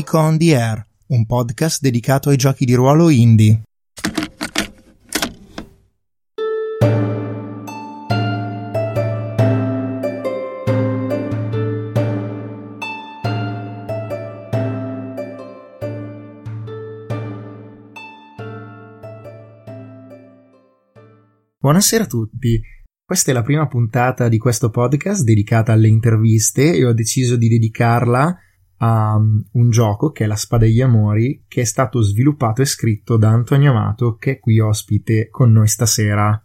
Geek on the Air, un podcast dedicato ai giochi di ruolo indie. Buonasera a tutti. Questa è la prima puntata di questo podcast dedicata alle interviste e ho deciso di dedicarla a un gioco che è La Spada degli Amori, che è stato sviluppato e scritto da Antonio Amato, che è qui ospite con noi stasera.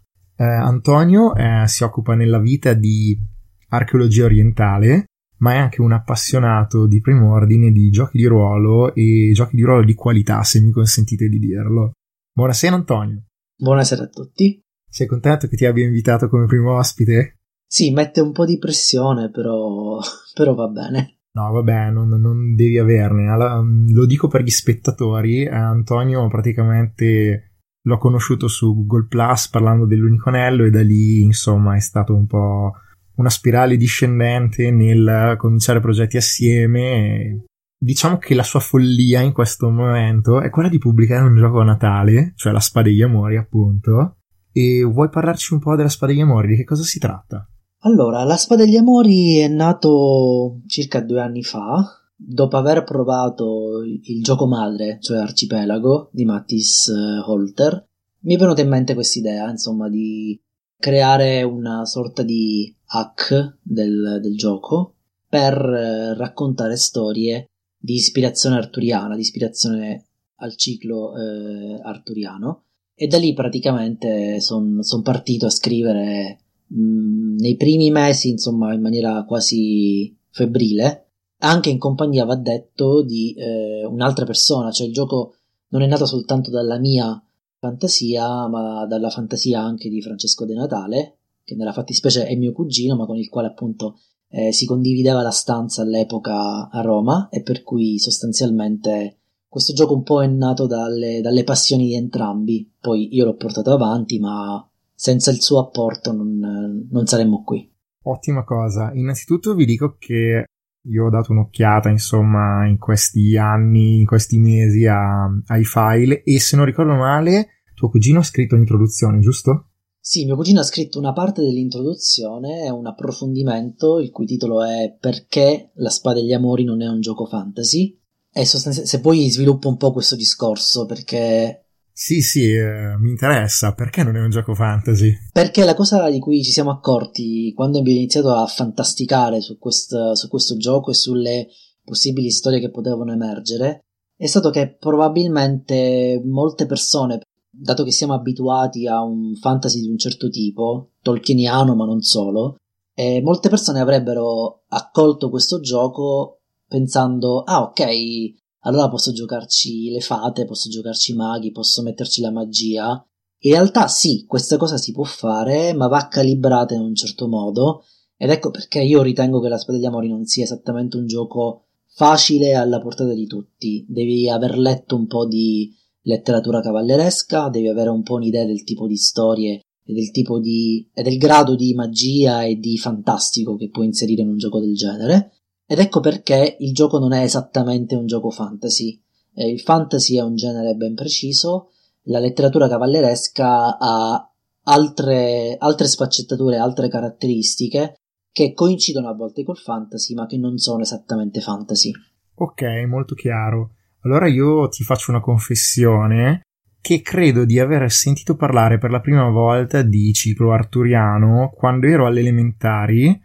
Antonio si occupa nella vita di archeologia orientale, ma è anche un appassionato di primo ordine di giochi di ruolo e giochi di ruolo di qualità, se mi consentite di dirlo. Buonasera Antonio. Buonasera a tutti. Sei contento che ti abbia invitato come primo ospite? Sì, mette un po' di pressione, però va bene. No, vabbè, non devi averne. Lo dico per gli spettatori. Antonio praticamente l'ho conosciuto su Google Plus parlando dell'Unico Anello e da lì, insomma, è stato un po' una spirale discendente nel cominciare progetti assieme. Diciamo che la sua follia in questo momento è quella di pubblicare un gioco a Natale, cioè La Spada degli Amori, appunto. E vuoi parlarci un po' della Spada degli Amori? Di che cosa si tratta? Allora, La Spada degli Amori è nato circa 2 anni fa, dopo aver provato il gioco madre, cioè Arcipelago, di Mattis Holter. Mi è venuta in mente questa idea, insomma, di creare una sorta di hack del gioco per raccontare storie di ispirazione arturiana, di ispirazione al ciclo arturiano. E da lì praticamente son partito a scrivere nei primi mesi, insomma, in maniera quasi febbrile, anche in compagnia, va detto, di un'altra persona. Cioè il gioco non è nato soltanto dalla mia fantasia, ma dalla fantasia anche di Francesco De Natale, che nella fattispecie è mio cugino, ma con il quale appunto si condivideva la stanza all'epoca a Roma, e per cui sostanzialmente questo gioco un po' è nato dalle passioni di entrambi. Poi io l'ho portato avanti, ma senza il suo apporto non saremmo qui. Ottima cosa. Innanzitutto vi dico che io ho dato un'occhiata, insomma, in questi anni, in questi mesi ai file, e se non ricordo male, tuo cugino ha scritto l'introduzione, giusto? Sì, mio cugino ha scritto una parte dell'introduzione, è un approfondimento, il cui titolo è Perché La Spada degli Amori non è un gioco fantasy. E se poi sviluppo un po' questo discorso, perché... Sì, mi interessa. Perché non è un gioco fantasy? Perché la cosa di cui ci siamo accorti quando abbiamo iniziato a fantasticare su questo gioco e sulle possibili storie che potevano emergere è stato che probabilmente molte persone, dato che siamo abituati a un fantasy di un certo tipo, tolkieniano ma non solo, molte persone avrebbero accolto questo gioco pensando, ah ok, allora posso giocarci le fate, posso giocarci i maghi, posso metterci la magia. In realtà sì, questa cosa si può fare, ma va calibrata in un certo modo, ed ecco perché io ritengo che La Spada degli Amori non sia esattamente un gioco facile alla portata di tutti. Devi aver letto un po' di letteratura cavalleresca, devi avere un po' un'idea del tipo di storie e del grado di magia e di fantastico che puoi inserire in un gioco del genere. Ed ecco perché il gioco non è esattamente un gioco fantasy. Il fantasy è un genere ben preciso, la letteratura cavalleresca ha altre sfaccettature, altre caratteristiche che coincidono a volte col fantasy, ma che non sono esattamente fantasy. Ok, molto chiaro. Allora io ti faccio una confessione, che credo di aver sentito parlare per la prima volta di ciclo arturiano quando ero alle elementari,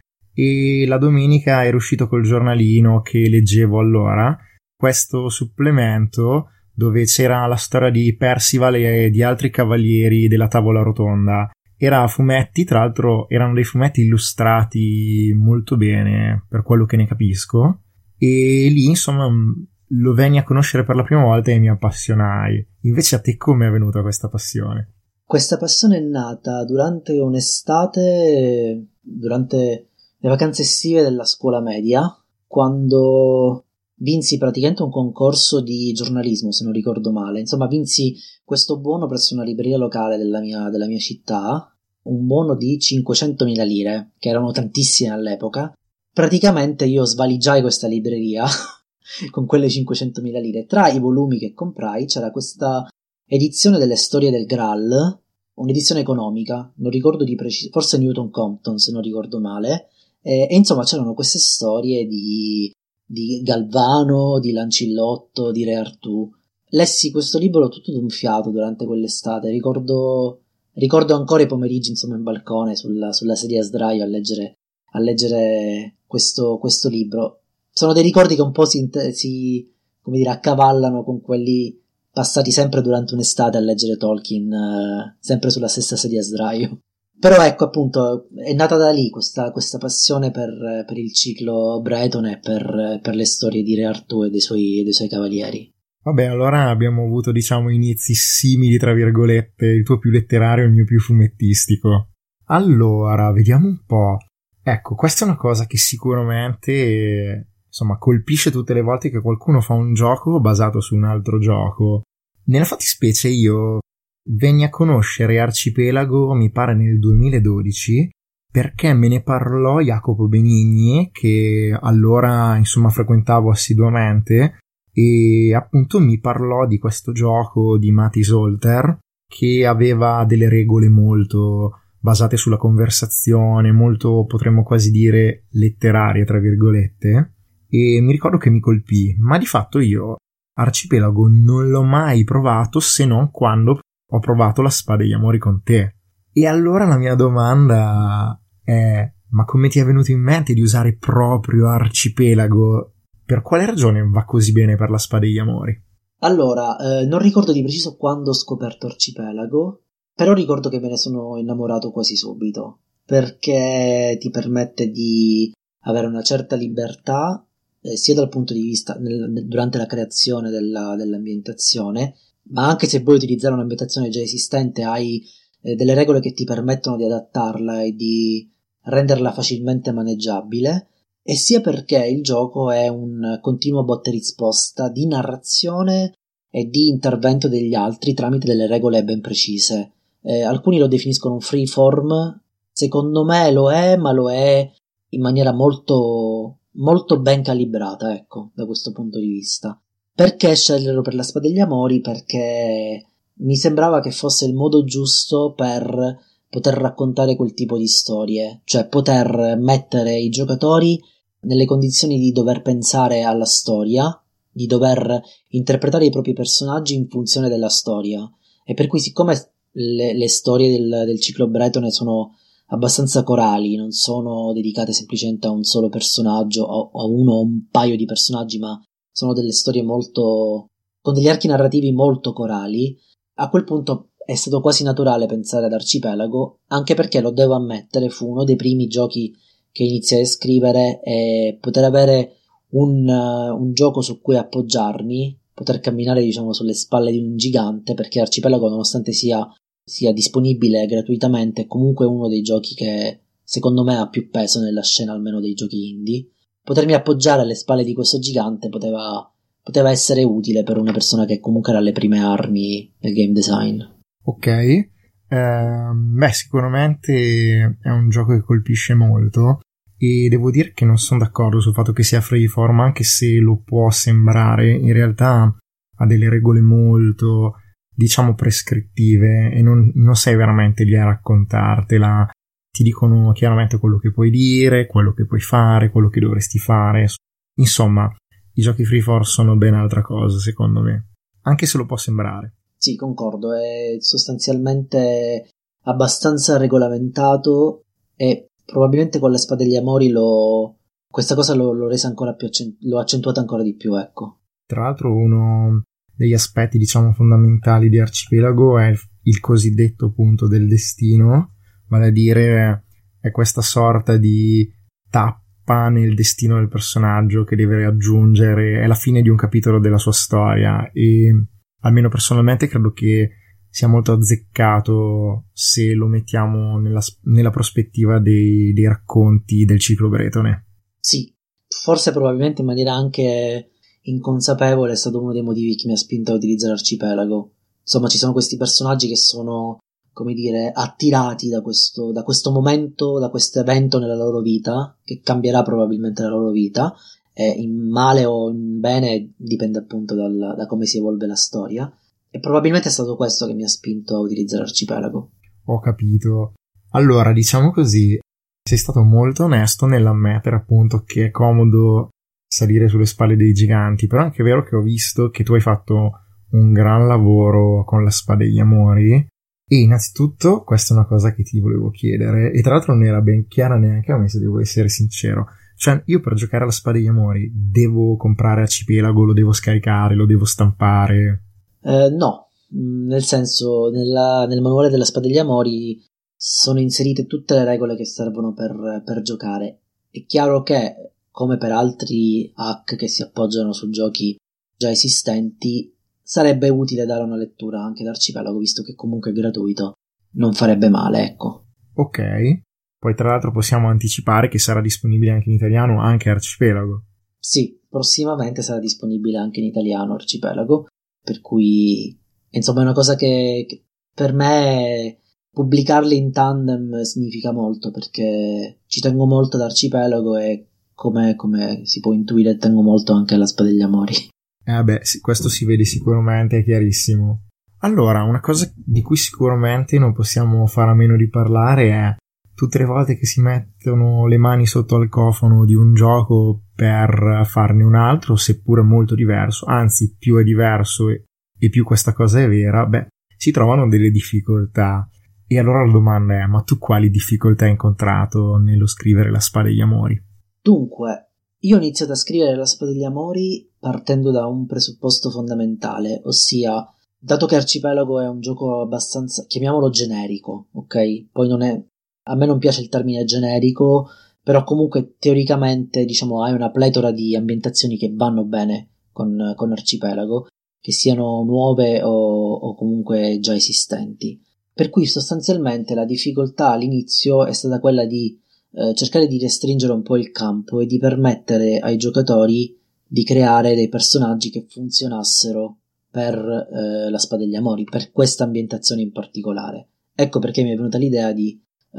e la domenica ero uscito col giornalino che leggevo allora, questo supplemento dove c'era la storia di Percival e di altri cavalieri della tavola rotonda. Era a fumetti, tra l'altro erano dei fumetti illustrati molto bene, per quello che ne capisco, e lì insomma lo venni a conoscere per la prima volta e mi appassionai. Invece a te come è venuta questa passione? Questa passione è nata durante un'estate, durante le vacanze estive della scuola media, quando vinsi praticamente un concorso di giornalismo, se non ricordo male. Insomma, vinsi questo buono presso una libreria locale della mia città, un buono di 500.000 lire, che erano tantissime all'epoca. Praticamente io svaligiai questa libreria con quelle 500.000 lire. Tra i volumi che comprai c'era questa edizione delle storie del Graal, un'edizione economica, non ricordo di preciso, forse Newton Compton se non ricordo male, e insomma c'erano queste storie di Galvano, di Lancillotto, di Re Artù. Lessi questo libro tutto d'un fiato durante quell'estate, ricordo ancora i pomeriggi insomma in balcone sulla sedia a sdraio a leggere questo libro. Sono dei ricordi che un po' si come dire, accavallano con quelli passati sempre durante un'estate a leggere Tolkien, sempre sulla stessa sedia a sdraio. Però ecco, appunto, è nata da lì questa passione per il ciclo bretone e per le storie di Re Artù e dei suoi cavalieri. Vabbè, allora abbiamo avuto, diciamo, inizi simili, tra virgolette, il tuo più letterario e il mio più fumettistico. Allora, vediamo un po'. Ecco, questa è una cosa che sicuramente, insomma, colpisce tutte le volte che qualcuno fa un gioco basato su un altro gioco. Nella fattispecie io venni a conoscere Arcipelago, mi pare nel 2012, perché me ne parlò Jacopo Benigni, che allora, insomma, frequentavo assiduamente, e appunto mi parlò di questo gioco di Matis Holter, che aveva delle regole molto basate sulla conversazione, molto, potremmo quasi dire, letterarie, tra virgolette, e mi ricordo che mi colpì, ma di fatto io Arcipelago non l'ho mai provato se non quando ho provato La Spada degli Amori con te. E allora la mia domanda è: ma come ti è venuto in mente di usare proprio Arcipelago? Per quale ragione va così bene per La Spada degli Amori? Allora, non ricordo di preciso quando ho scoperto Arcipelago, però ricordo che me ne sono innamorato quasi subito, perché ti permette di avere una certa libertà, sia dal punto di vista durante la creazione dell'ambientazione, ma anche se vuoi utilizzare un'ambientazione già esistente hai delle regole che ti permettono di adattarla e di renderla facilmente maneggiabile, e sia perché il gioco è un continuo botta e risposta di narrazione e di intervento degli altri tramite delle regole ben precise. Alcuni lo definiscono un freeform, secondo me lo è, ma lo è in maniera molto, molto ben calibrata, ecco, da questo punto di vista. Perché sceglierlo per La Spada degli Amori? Perché mi sembrava che fosse il modo giusto per poter raccontare quel tipo di storie, cioè poter mettere i giocatori nelle condizioni di dover pensare alla storia, di dover interpretare i propri personaggi in funzione della storia, e per cui, siccome le storie del ciclo bretone sono abbastanza corali, non sono dedicate semplicemente a un solo personaggio o a uno o un paio di personaggi, ma sono delle storie molto con degli archi narrativi molto corali, a quel punto è stato quasi naturale pensare ad Arcipelago, anche perché, lo devo ammettere, fu uno dei primi giochi che iniziai a scrivere, e poter avere un gioco su cui appoggiarmi, poter camminare, diciamo, sulle spalle di un gigante, perché Arcipelago, nonostante sia disponibile gratuitamente, è comunque uno dei giochi che secondo me ha più peso nella scena, almeno dei giochi indie. Potermi appoggiare alle spalle di questo gigante poteva essere utile per una persona che comunque era alle prime armi del game design. Ok, sicuramente è un gioco che colpisce molto, e devo dire che non sono d'accordo sul fatto che sia freeform, anche se lo può sembrare. In realtà ha delle regole molto, diciamo, prescrittive, e non sei veramente lì a raccontartela. Ti dicono chiaramente quello che puoi dire, quello che puoi fare, quello che dovresti fare. Insomma, i giochi freeform sono ben altra cosa, secondo me, anche se lo può sembrare. Sì, concordo, è sostanzialmente abbastanza regolamentato, e probabilmente con Le Spade degli Amori questa cosa l'ho resa ancora più l'ho accentuata ancora di più, ecco. Tra l'altro, uno degli aspetti, diciamo, fondamentali di Arcipelago è il cosiddetto punto del destino, vale a dire è questa sorta di tappa nel destino del personaggio che deve raggiungere, è la fine di un capitolo della sua storia, e almeno personalmente credo che sia molto azzeccato se lo mettiamo nella prospettiva dei racconti del ciclo bretone. Sì, forse probabilmente in maniera anche inconsapevole è stato uno dei motivi che mi ha spinto a utilizzare Arcipelago. Insomma, ci sono questi personaggi che sono, come dire, attirati da questo momento, da questo evento nella loro vita, che cambierà probabilmente la loro vita, e in male o in bene dipende appunto da come si evolve la storia, e probabilmente è stato questo che mi ha spinto a utilizzare Arcipelago. Ho capito. Allora, diciamo così, sei stato molto onesto nell'ammettere appunto che è comodo salire sulle spalle dei giganti, però è anche vero che ho visto che tu hai fatto un gran lavoro con la Spada degli Amori, e innanzitutto questa è una cosa che ti volevo chiedere, e tra l'altro non era ben chiara neanche a me, se devo essere sincero. Cioè, io per giocare alla Spada degli Amori devo comprare Arcipelago, lo devo scaricare, lo devo stampare? No, nel senso, nel manuale della Spada degli Amori sono inserite tutte le regole che servono per giocare. È chiaro che, come per altri hack che si appoggiano su giochi già esistenti, sarebbe utile dare una lettura anche d'Arcipelago, visto che comunque è gratuito. Non farebbe male, ecco. Ok. Poi tra l'altro possiamo anticipare che sarà disponibile anche in italiano, anche Arcipelago. Sì, prossimamente sarà disponibile anche in italiano Arcipelago, per cui insomma è una cosa che per me pubblicarli in tandem significa molto, perché ci tengo molto ad Arcipelago e come si può intuire tengo molto anche alla Spada degli Amori. Sì, questo si vede sicuramente, è chiarissimo. Allora, una cosa di cui sicuramente non possiamo fare a meno di parlare è tutte le volte che si mettono le mani sotto al cofano di un gioco per farne un altro, seppure molto diverso, anzi più è diverso e più questa cosa è vera, si trovano delle difficoltà. E allora la domanda è: ma tu quali difficoltà hai incontrato nello scrivere la Spada degli Amori? Dunque, io ho iniziato a scrivere la Spada degli Amori partendo da un presupposto fondamentale, ossia, dato che Arcipelago è un gioco abbastanza, chiamiamolo generico, ok? Poi non è, a me non piace il termine generico, però comunque teoricamente, diciamo, hai una pletora di ambientazioni che vanno bene con Arcipelago, che siano nuove o comunque già esistenti. Per cui sostanzialmente la difficoltà all'inizio è stata quella di cercare di restringere un po' il campo e di permettere ai giocatori di creare dei personaggi che funzionassero per la Spada degli Amori, per questa ambientazione in particolare. Ecco perché mi è venuta l'idea di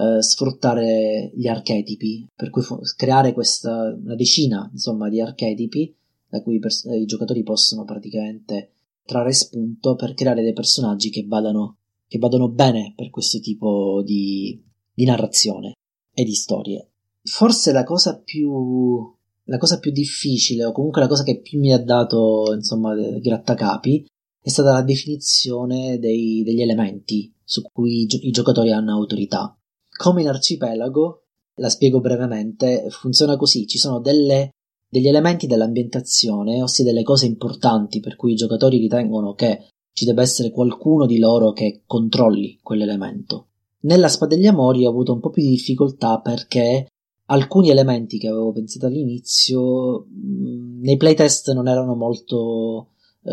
sfruttare gli archetipi, per cui creare una decina, insomma, di archetipi da cui i giocatori possono praticamente trarre spunto per creare dei personaggi che vadano bene per questo tipo di narrazione e di storie. Forse la cosa più difficile, o comunque la cosa che più mi ha dato, insomma, grattacapi, è stata la definizione degli elementi su cui i giocatori hanno autorità. Come in Arcipelago, la spiego brevemente, funziona così: ci sono degli elementi dell'ambientazione, ossia delle cose importanti per cui i giocatori ritengono che ci debba essere qualcuno di loro che controlli quell'elemento. Nella Spada degli Amori ho avuto un po' più di difficoltà perché alcuni elementi che avevo pensato all'inizio nei playtest non erano molto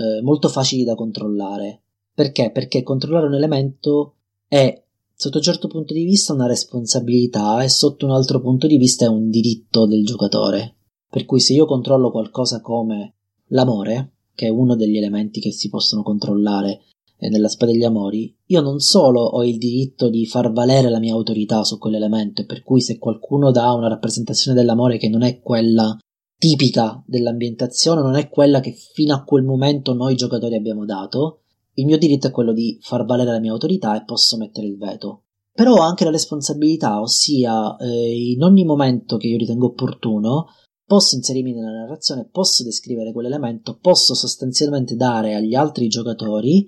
facili da controllare. Perché? Perché controllare un elemento è, sotto un certo punto di vista, una responsabilità, e sotto un altro punto di vista è un diritto del giocatore. Per cui se io controllo qualcosa come l'amore, che è uno degli elementi che si possono controllare nella Spada degli Amori, io non solo ho il diritto di far valere la mia autorità su quell'elemento, e per cui se qualcuno dà una rappresentazione dell'amore che non è quella tipica dell'ambientazione, non è quella che fino a quel momento noi giocatori abbiamo dato, il mio diritto è quello di far valere la mia autorità e posso mettere il veto. Però ho anche la responsabilità, ossia in ogni momento che io ritengo opportuno posso inserirmi nella narrazione, posso descrivere quell'elemento, posso sostanzialmente dare agli altri giocatori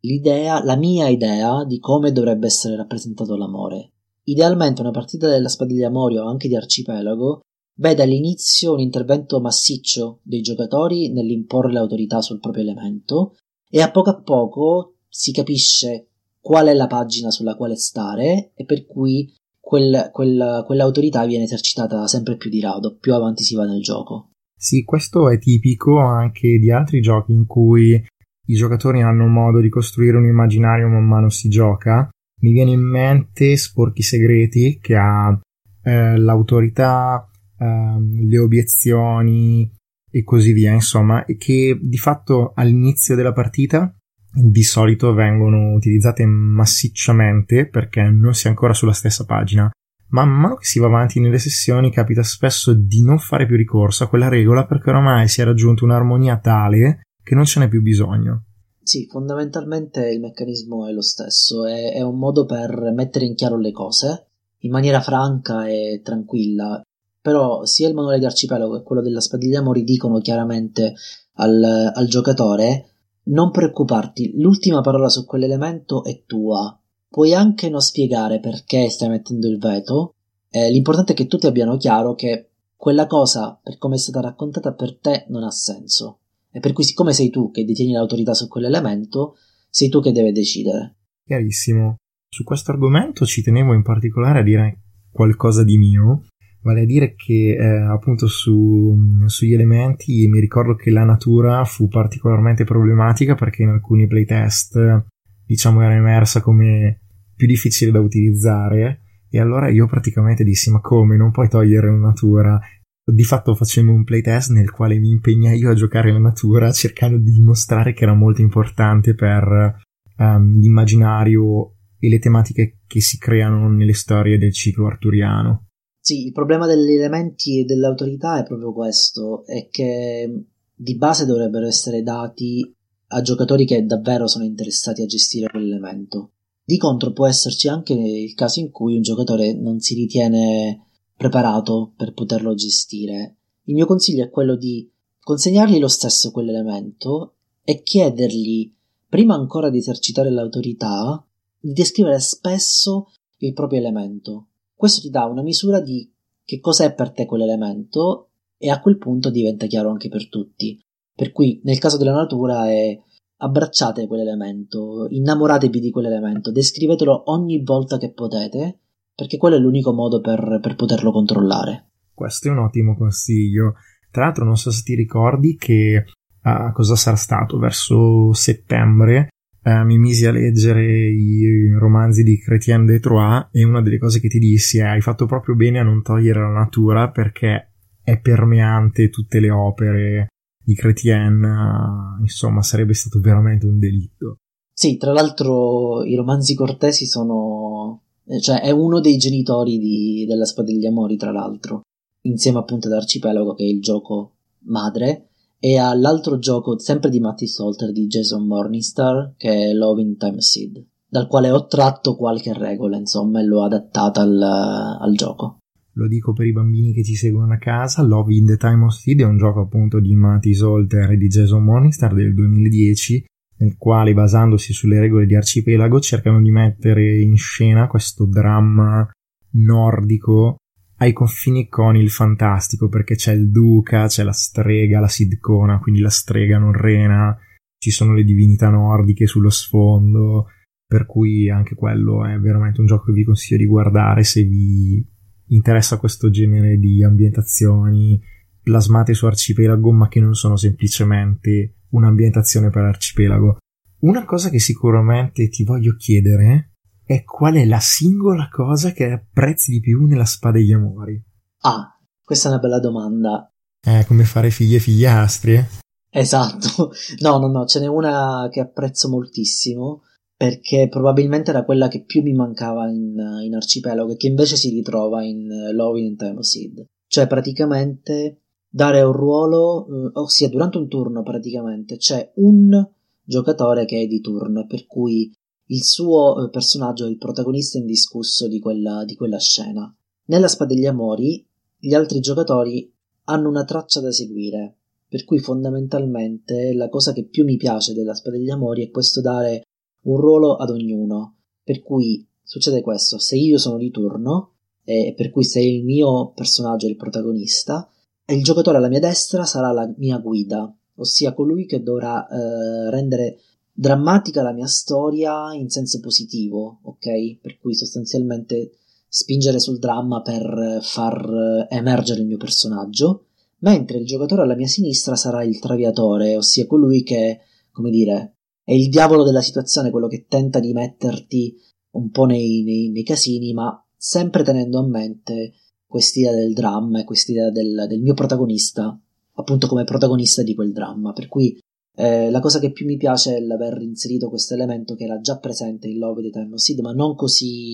la mia idea di come dovrebbe essere rappresentato l'amore. Idealmente una partita della Spada degli Amori o anche di Arcipelago vede all'inizio un intervento massiccio dei giocatori nell'imporre l'autorità sul proprio elemento, e a poco si capisce qual è la pagina sulla quale stare, e per cui quell'autorità viene esercitata sempre più di rado, più avanti si va nel gioco. Sì, questo è tipico anche di altri giochi in cui i giocatori hanno modo di costruire un immaginario man mano si gioca. Mi viene in mente Sporchi Segreti, che ha l'autorità, le obiezioni e così via, insomma, e che di fatto all'inizio della partita di solito vengono utilizzate massicciamente perché non si è ancora sulla stessa pagina, man mano che si va avanti nelle sessioni capita spesso di non fare più ricorso a quella regola perché oramai si è raggiunta un'armonia tale che non ce n'è più bisogno. Sì, fondamentalmente il meccanismo è lo stesso, è un modo per mettere in chiaro le cose in maniera franca e tranquilla, però sia il manuale di Arcipelago che quello della Spada Amori dicono chiaramente al giocatore: non preoccuparti, l'ultima parola su quell'elemento è tua, puoi anche non spiegare perché stai mettendo il veto, l'importante è che tutti abbiano chiaro che quella cosa, per come è stata raccontata, per te non ha senso. E per cui, siccome sei tu che detieni l'autorità su quell'elemento, sei tu che deve decidere. Chiarissimo. Su questo argomento ci tenevo in particolare a dire qualcosa di mio, vale a dire che appunto sugli elementi mi ricordo che la natura fu particolarmente problematica perché in alcuni playtest, diciamo, era emersa come più difficile da utilizzare, e allora io praticamente dissi: ma come, non puoi togliere la natura? Di fatto facemmo un playtest nel quale mi impegnai io a giocare la natura cercando di dimostrare che era molto importante per l'immaginario e le tematiche che si creano nelle storie del ciclo arturiano. Sì, il problema degli elementi e dell'autorità è proprio questo, è che di base dovrebbero essere dati a giocatori che davvero sono interessati a gestire quell'elemento. Di contro può esserci anche il caso in cui un giocatore non si ritiene preparato per poterlo gestire. Il mio consiglio è quello di consegnargli lo stesso quell'elemento e chiedergli, prima ancora di esercitare l'autorità, di descrivere spesso il proprio elemento. Questo ti dà una misura di che cos'è per te quell'elemento e a quel punto diventa chiaro anche per tutti. Per cui nel caso della natura è: abbracciate quell'elemento, innamoratevi di quell'elemento, descrivetelo ogni volta che potete, perché quello è l'unico modo per poterlo controllare. Questo è un ottimo consiglio. Tra l'altro non so se ti ricordi che cosa sarà stato, verso settembre mi misi a leggere i romanzi di Chrétien de Troyes e una delle cose che ti dissi è: hai fatto proprio bene a non togliere la natura perché è permeante tutte le opere di Chrétien, insomma sarebbe stato veramente un delitto. Sì, tra l'altro i romanzi cortesi sono... cioè è uno dei genitori della Spada degli Amori, tra l'altro, insieme appunto ad Arcipelago, che è il gioco madre, e all'altro gioco sempre di Matty Salter di Jason Morningstar, che è Love in Time Seed, dal quale ho tratto qualche regola, insomma, e l'ho adattata al gioco. Lo dico per i bambini che ci seguono a casa: Love in the Time of Seed è un gioco appunto di Matty Salter e di Jason Morningstar del 2010, nel quale, basandosi sulle regole di Arcipelago, cercano di mettere in scena questo dramma nordico ai confini con il fantastico, perché c'è il duca, c'è la strega, la sidcona, quindi la strega norrena, ci sono le divinità nordiche sullo sfondo, per cui anche quello è veramente un gioco che vi consiglio di guardare se vi interessa questo genere di ambientazioni plasmate su Arcipelago, ma che non sono semplicemente un'ambientazione per Arcipelago. Una cosa che sicuramente ti voglio chiedere è: qual è la singola cosa che apprezzi di più nella Spada degli Amori? Ah, questa è una bella domanda. Come fare figli e figliastri, eh? Esatto. No, ce n'è una che apprezzo moltissimo, perché probabilmente era quella che più mi mancava in Arcipelago e che invece si ritrova in Love in Time of Seed. Cioè praticamente dare un ruolo, ossia durante un turno praticamente c'è un giocatore che è di turno, per cui il suo personaggio è il protagonista indiscusso di quella scena. Nella Spada degli Amori gli altri giocatori hanno una traccia da seguire, per cui fondamentalmente la cosa che più mi piace della Spada degli Amori è questo: dare un ruolo ad ognuno, per cui succede questo: se io sono di turno, e per cui se il mio personaggio è il protagonista, il giocatore alla mia destra sarà la mia guida, ossia colui che dovrà rendere drammatica la mia storia in senso positivo, ok? Per cui sostanzialmente spingere sul dramma per far emergere il mio personaggio, mentre il giocatore alla mia sinistra sarà il traviatore, ossia colui che, come dire, è il diavolo della situazione, quello che tenta di metterti un po' nei casini, ma sempre tenendo a mente quest'idea del dramma e quest'idea del mio protagonista, appunto come protagonista di quel dramma. Per cui la cosa che più mi piace è l'aver inserito questo elemento che era già presente in Love the Time of Seed, ma non così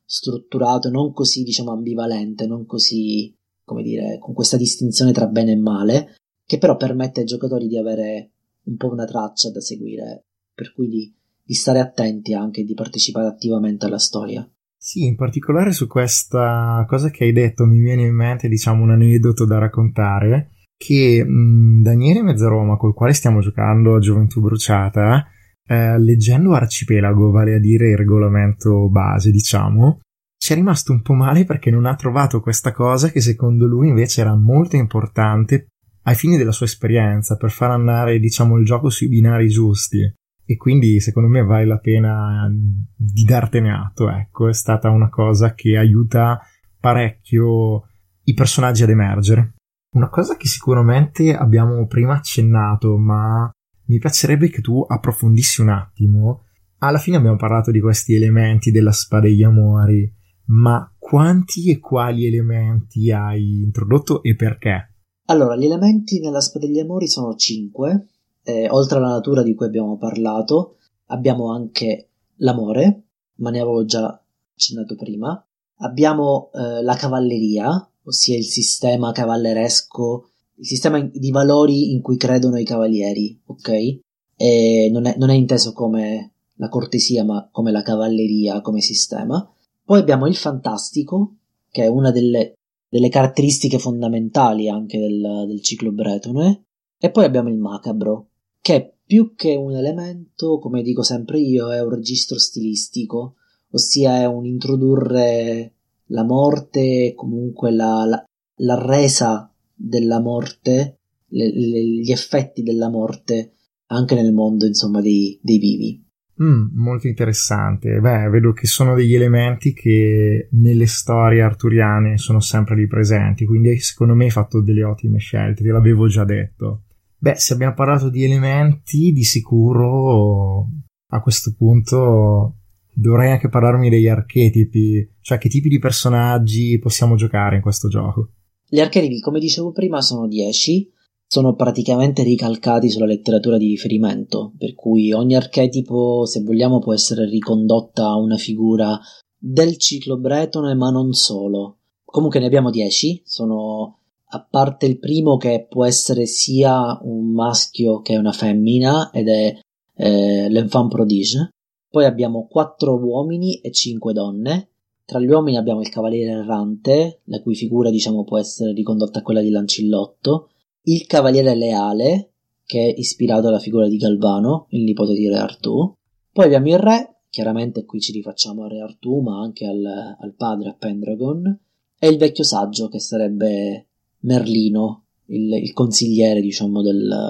strutturato, non così, diciamo, ambivalente, non così, come dire, con questa distinzione tra bene e male, che però permette ai giocatori di avere un po' una traccia da seguire, per cui di stare attenti anche e di partecipare attivamente alla storia. Sì, in particolare su questa cosa che hai detto mi viene in mente, diciamo, un aneddoto da raccontare, che Daniele Mezzaroma, col quale stiamo giocando a Gioventù Bruciata, leggendo Arcipelago, vale a dire il regolamento base, diciamo, ci è rimasto un po' male perché non ha trovato questa cosa che secondo lui invece era molto importante ai fini della sua esperienza, per far andare, diciamo, il gioco sui binari giusti. E quindi secondo me vale la pena di dartene atto, ecco, è stata una cosa che aiuta parecchio i personaggi ad emergere. Una cosa che sicuramente abbiamo prima accennato, ma mi piacerebbe che tu approfondissi un attimo. Alla fine abbiamo parlato di questi elementi della Spada degli Amori, ma quanti e quali elementi hai introdotto e perché? Allora, gli elementi nella Spada degli Amori sono 5. Oltre alla natura di cui abbiamo parlato, abbiamo anche l'amore, ma ne avevo già accennato prima. Abbiamo la cavalleria, ossia il sistema cavalleresco, il sistema di valori in cui credono i cavalieri, ok? E non è inteso come la cortesia, ma come la cavalleria come sistema. Poi abbiamo il fantastico, che è una delle caratteristiche fondamentali anche del ciclo bretone. E poi abbiamo il macabro, che più che un elemento, come dico sempre io, è un registro stilistico, ossia è un introdurre la morte, comunque la resa della morte, gli effetti della morte anche nel mondo, insomma, dei vivi. Molto interessante. Beh, vedo che sono degli elementi che nelle storie arturiane sono sempre lì presenti, quindi secondo me hai fatto delle ottime scelte, te l'avevo già detto. Beh, se abbiamo parlato di elementi, di sicuro a questo punto dovrei anche parlarmi degli archetipi, cioè che tipi di personaggi possiamo giocare in questo gioco. Gli archetipi, come dicevo prima, sono 10, sono praticamente ricalcati sulla letteratura di riferimento, per cui ogni archetipo, se vogliamo, può essere ricondotta a una figura del ciclo bretone, ma non solo. Comunque ne abbiamo 10, sono, a parte il primo che può essere sia un maschio che una femmina, ed è l'enfant prodige. Poi abbiamo 4 uomini e 5 donne. Tra gli uomini abbiamo il cavaliere errante, la cui figura, diciamo, può essere ricondotta a quella di Lancillotto, il cavaliere leale, che è ispirato alla figura di Galvano, il nipote di Re Artù. Poi abbiamo il re, chiaramente qui ci rifacciamo a Re Artù, ma anche al padre, a Pendragon, e il vecchio saggio, che sarebbe Merlino, il consigliere, diciamo,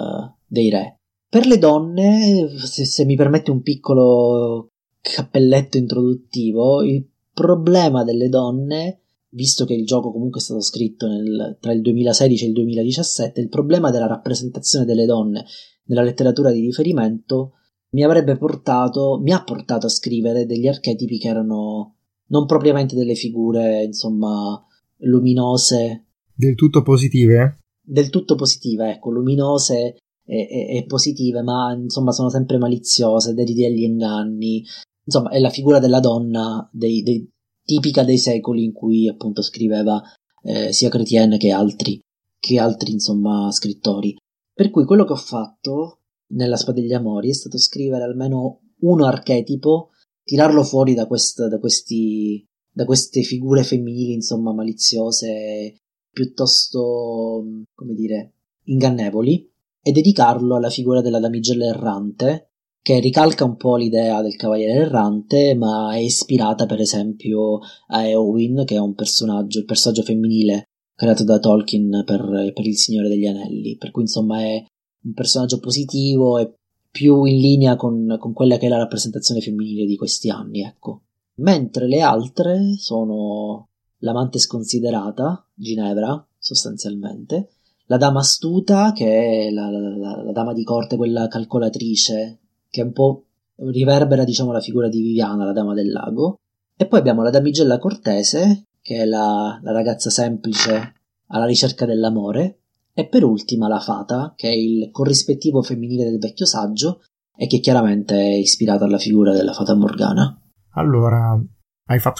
dei re. Per le donne, se mi permette un piccolo cappelletto introduttivo, il problema delle donne, visto che il gioco comunque è stato scritto tra il 2016 e il 2017, il problema della rappresentazione delle donne nella letteratura di riferimento mi ha portato a scrivere degli archetipi che erano non propriamente delle figure, insomma, luminose. Del tutto positive? Del tutto positive, ecco, luminose e positive, ma insomma sono sempre maliziose, dedite agli inganni. Insomma, è la figura della donna tipica dei secoli in cui appunto scriveva sia Chrétien che altri insomma scrittori. Per cui quello che ho fatto nella Spada degli Amori è stato scrivere almeno uno archetipo, tirarlo fuori da queste figure femminili, insomma, maliziose, piuttosto, come dire, ingannevoli, e dedicarlo alla figura della damigella errante, che ricalca un po' l'idea del cavaliere errante, ma è ispirata per esempio a Eowyn, che è il personaggio femminile creato da Tolkien per il Signore degli Anelli, per cui insomma è un personaggio positivo e più in linea con quella che è la rappresentazione femminile di questi anni, ecco. Mentre le altre sono l'amante sconsiderata, Ginevra, sostanzialmente, la dama astuta, che è la dama di corte, quella calcolatrice, che un po' riverbera, diciamo, la figura di Viviana, la dama del lago, e poi abbiamo la damigella cortese, che è la ragazza semplice alla ricerca dell'amore, e per ultima la fata, che è il corrispettivo femminile del vecchio saggio e che chiaramente è ispirata alla figura della fata Morgana. Allora, hai fatto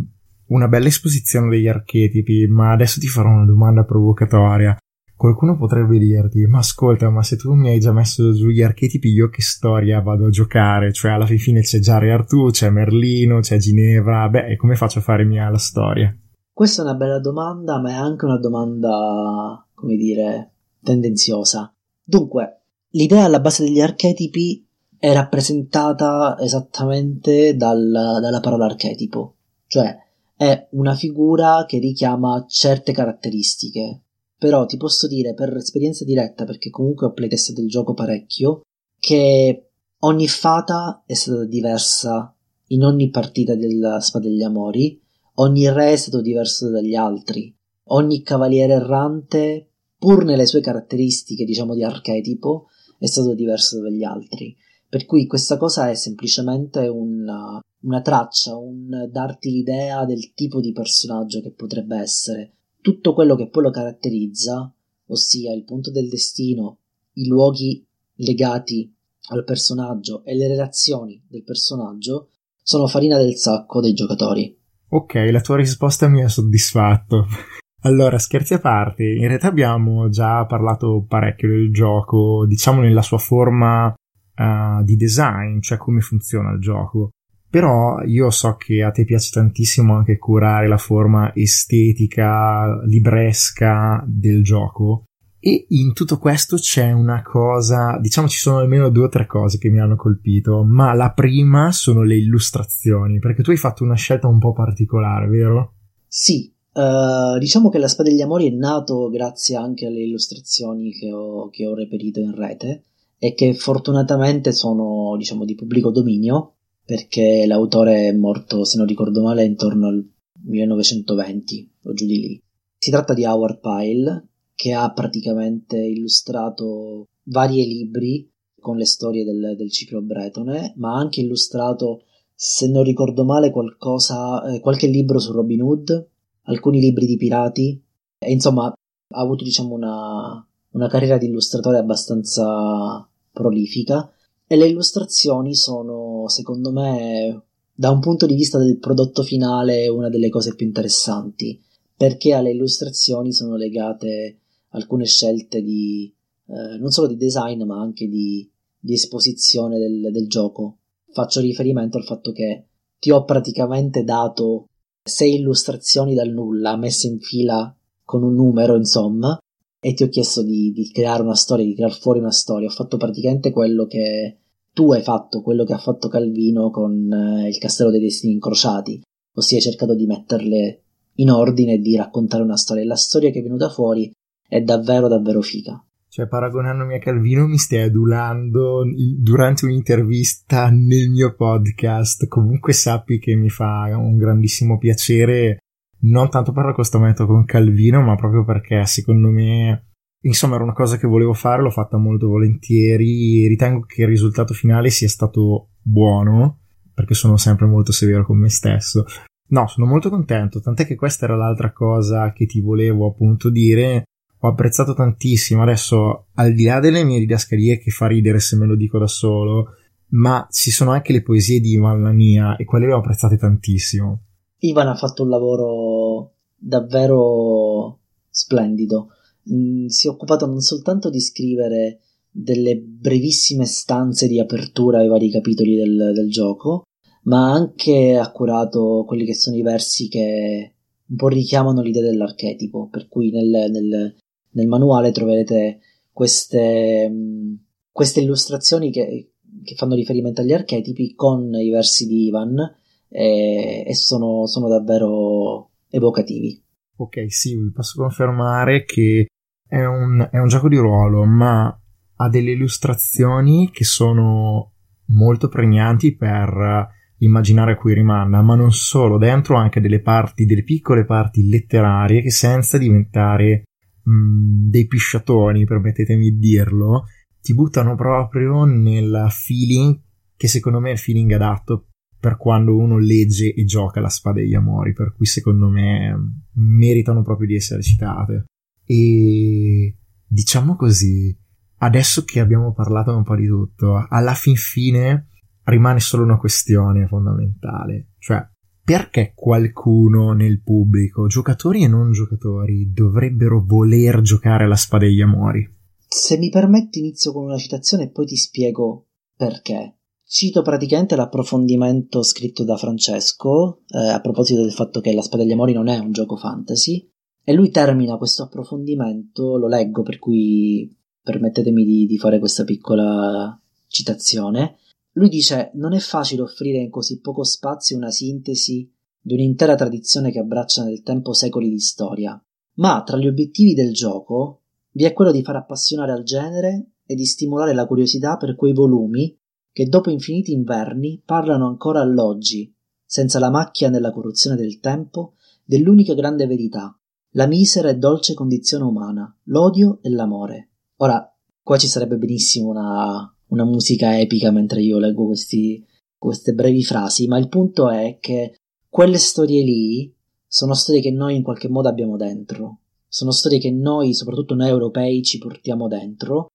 una bella esposizione degli archetipi, ma adesso ti farò una domanda provocatoria. Qualcuno potrebbe dirti, ma ascolta, ma se tu mi hai già messo giù gli archetipi, io che storia vado a giocare? Cioè, alla fine c'è Jari Artù, c'è Merlino, c'è Ginevra, e come faccio a fare mia la storia? Questa è una bella domanda, ma è anche una domanda, come dire, tendenziosa. Dunque, l'idea alla base degli archetipi è rappresentata esattamente dalla parola archetipo, cioè è una figura che richiama certe caratteristiche. Però ti posso dire per esperienza diretta, perché comunque ho playtestato il gioco parecchio, che ogni fata è stata diversa in ogni partita della Spada degli Amori, ogni re è stato diverso dagli altri, ogni cavaliere errante, pur nelle sue caratteristiche, diciamo, di archetipo, è stato diverso dagli altri. Per cui questa cosa è semplicemente una traccia, un darti l'idea del tipo di personaggio che potrebbe essere. Tutto quello che poi lo caratterizza, ossia il punto del destino, i luoghi legati al personaggio e le relazioni del personaggio, sono farina del sacco dei giocatori. Ok, la tua risposta mi ha soddisfatto. Allora, scherzi a parte, in realtà abbiamo già parlato parecchio del gioco, diciamo nella sua forma di design, cioè come funziona il gioco. Però io so che a te piace tantissimo anche curare la forma estetica, libresca del gioco, e in tutto questo c'è una cosa, diciamo ci sono almeno 2 o 3 cose che mi hanno colpito, ma la prima sono le illustrazioni, perché tu hai fatto una scelta un po' particolare, vero? Sì, diciamo che la Spada degli Amori è nato grazie anche alle illustrazioni che ho reperito in rete e che fortunatamente sono, diciamo, di pubblico dominio, perché l'autore è morto, se non ricordo male, intorno al 1920 o giù di lì. Si tratta di Howard Pyle, che ha praticamente illustrato vari libri con le storie del ciclo bretone, ma ha anche illustrato, se non ricordo male, qualche libro su Robin Hood, alcuni libri di pirati, e insomma ha avuto, diciamo, una carriera di illustratore abbastanza prolifica. E le illustrazioni sono, secondo me, da un punto di vista del prodotto finale, una delle cose più interessanti, perché alle illustrazioni sono legate alcune scelte non solo di design, ma anche di esposizione del gioco. Faccio riferimento al fatto che ti ho praticamente dato 6 illustrazioni dal nulla, messe in fila con un numero, insomma, e ti ho chiesto di creare una storia, di tirar fuori una storia. Ho fatto praticamente quello che tu hai fatto, quello che ha fatto Calvino con il Castello dei Destini Incrociati, ossia hai cercato di metterle in ordine e di raccontare una storia. E la storia che è venuta fuori è davvero davvero figa. Cioè, paragonandomi a Calvino mi stai adulando durante un'intervista nel mio podcast. Comunque sappi che mi fa un grandissimo piacere, non tanto per l'accostamento con Calvino, ma proprio perché secondo me, insomma, era una cosa che volevo fare, l'ho fatta molto volentieri. Ritengo che il risultato finale sia stato buono, perché sono sempre molto severo con me stesso. No, sono molto contento, tant'è che questa era l'altra cosa che ti volevo appunto dire. Ho apprezzato tantissimo, adesso al di là delle mie didascalie che fa ridere se me lo dico da solo, ma ci sono anche le poesie di Ivan Lania e quelle le ho apprezzate tantissimo. Ivan ha fatto un lavoro davvero splendido. Si è occupato non soltanto di scrivere delle brevissime stanze di apertura ai vari capitoli del gioco, ma anche ha curato quelli che sono i versi che un po' richiamano l'idea dell'archetipo, per cui nel manuale troverete queste illustrazioni che fanno riferimento agli archetipi con i versi di Ivan e sono davvero evocativi. Ok, sì, vi posso confermare che è un gioco di ruolo, ma ha delle illustrazioni che sono molto pregnanti per l'immaginario a cui rimanda, ma non solo, dentro anche delle piccole parti letterarie che, senza diventare dei pisciatoni, permettetemi di dirlo, ti buttano proprio nel feeling che secondo me è il feeling adatto per quando uno legge e gioca la Spada degli Amori, per cui secondo me meritano proprio di essere citate. E diciamo così, adesso che abbiamo parlato un po' di tutto, alla fin fine rimane solo una questione fondamentale, cioè perché qualcuno nel pubblico, giocatori e non giocatori, dovrebbero voler giocare alla Spada degli Amori? Se mi permetti inizio con una citazione e poi ti spiego perché. Cito praticamente l'approfondimento scritto da Francesco a proposito del fatto che la Spada degli Amori non è un gioco fantasy, e lui termina questo approfondimento, lo leggo per cui permettetemi di fare questa piccola citazione. Lui dice: non è facile offrire in così poco spazio una sintesi di un'intera tradizione che abbraccia nel tempo secoli di storia, ma tra gli obiettivi del gioco vi è quello di far appassionare al genere e di stimolare la curiosità per quei volumi che dopo infiniti inverni parlano ancora all'oggi, senza la macchia nella corruzione del tempo, dell'unica grande verità, la misera e dolce condizione umana, l'odio e l'amore. Ora, qua ci sarebbe benissimo una musica epica mentre io leggo queste brevi frasi, ma il punto è che quelle storie lì sono storie che noi in qualche modo abbiamo dentro, sono storie che noi, soprattutto noi europei, ci portiamo dentro,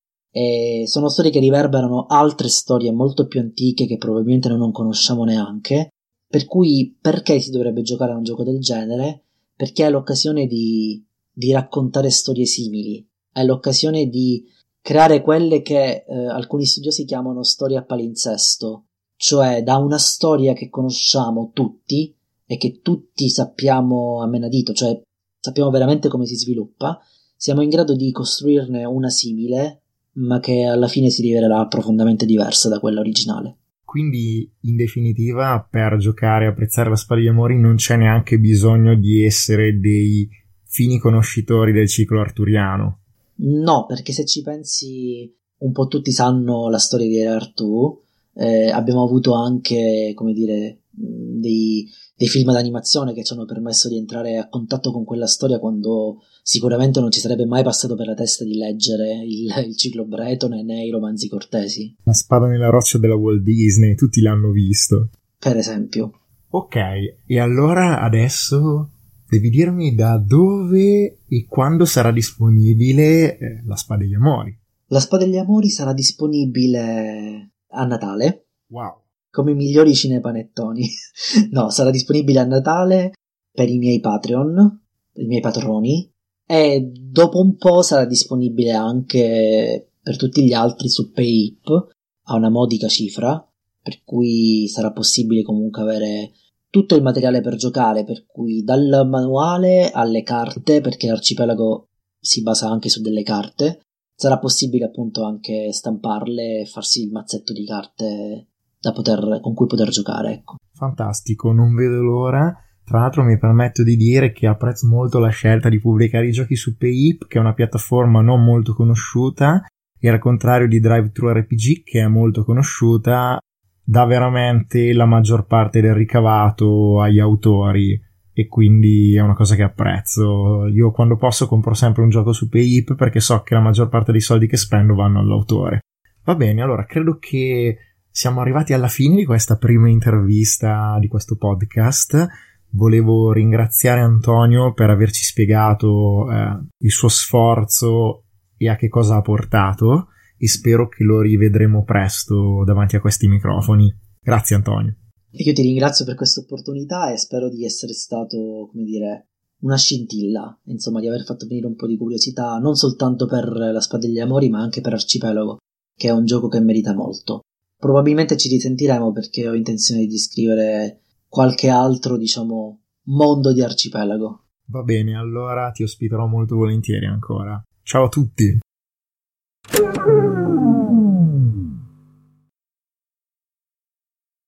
e sono storie che riverberano altre storie molto più antiche che probabilmente noi non conosciamo neanche, per cui perché si dovrebbe giocare a un gioco del genere? Perché è l'occasione di raccontare storie simili, è l'occasione di creare quelle che alcuni studiosi chiamano storie a palinsesto, cioè da una storia che conosciamo tutti e che tutti sappiamo a menadito, cioè sappiamo veramente come si sviluppa, siamo in grado di costruirne una simile, ma che alla fine si rivelerà profondamente diversa da quella originale. Quindi, in definitiva, per giocare e apprezzare la Spada degli Amori non c'è neanche bisogno di essere dei fini conoscitori del ciclo arturiano. No, perché se ci pensi, un po' tutti sanno la storia di Re Artù, abbiamo avuto anche, come dire, dei film d'animazione che ci hanno permesso di entrare a contatto con quella storia quando sicuramente non ci sarebbe mai passato per la testa di leggere il ciclo bretone né i romanzi cortesi. La spada nella roccia della Walt Disney, tutti l'hanno visto. Per esempio. Ok, e allora adesso devi dirmi da dove e quando sarà disponibile la Spada degli Amori. La Spada degli Amori sarà disponibile a Natale. Wow. Come i migliori cinepanettoni. No, sarà disponibile a Natale per i miei Patreon, per i miei patroni, e dopo un po' sarà disponibile anche per tutti gli altri su PayIP a una modica cifra, per cui sarà possibile comunque avere tutto il materiale per giocare, per cui dal manuale alle carte, perché l'arcipelago si basa anche su delle carte, sarà possibile appunto anche stamparle e farsi il mazzetto di carte con cui poter giocare, ecco. Fantastico, non vedo l'ora. Tra l'altro mi permetto di dire che apprezzo molto la scelta di pubblicare i giochi su PayIP, che è una piattaforma non molto conosciuta, e al contrario di DriveThruRPG, che è molto conosciuta, dà veramente la maggior parte del ricavato agli autori, e quindi è una cosa che apprezzo. Io quando posso compro sempre un gioco su PayIP perché so che la maggior parte dei soldi che spendo vanno all'autore. Va bene, allora credo che siamo arrivati alla fine di questa prima intervista di questo podcast. Volevo ringraziare Antonio per averci spiegato il suo sforzo e a che cosa ha portato, e spero che lo rivedremo presto davanti a questi microfoni. Grazie Antonio. Io ti ringrazio per questa opportunità e spero di essere stato, come dire, una scintilla, insomma, di aver fatto venire un po' di curiosità non soltanto per la Spada degli Amori ma anche per Arcipelago, che è un gioco che merita molto. Probabilmente ci risentiremo perché ho intenzione di scrivere qualche altro, diciamo, mondo di Arcipelago. Va bene, allora ti ospiterò molto volentieri ancora. Ciao a tutti!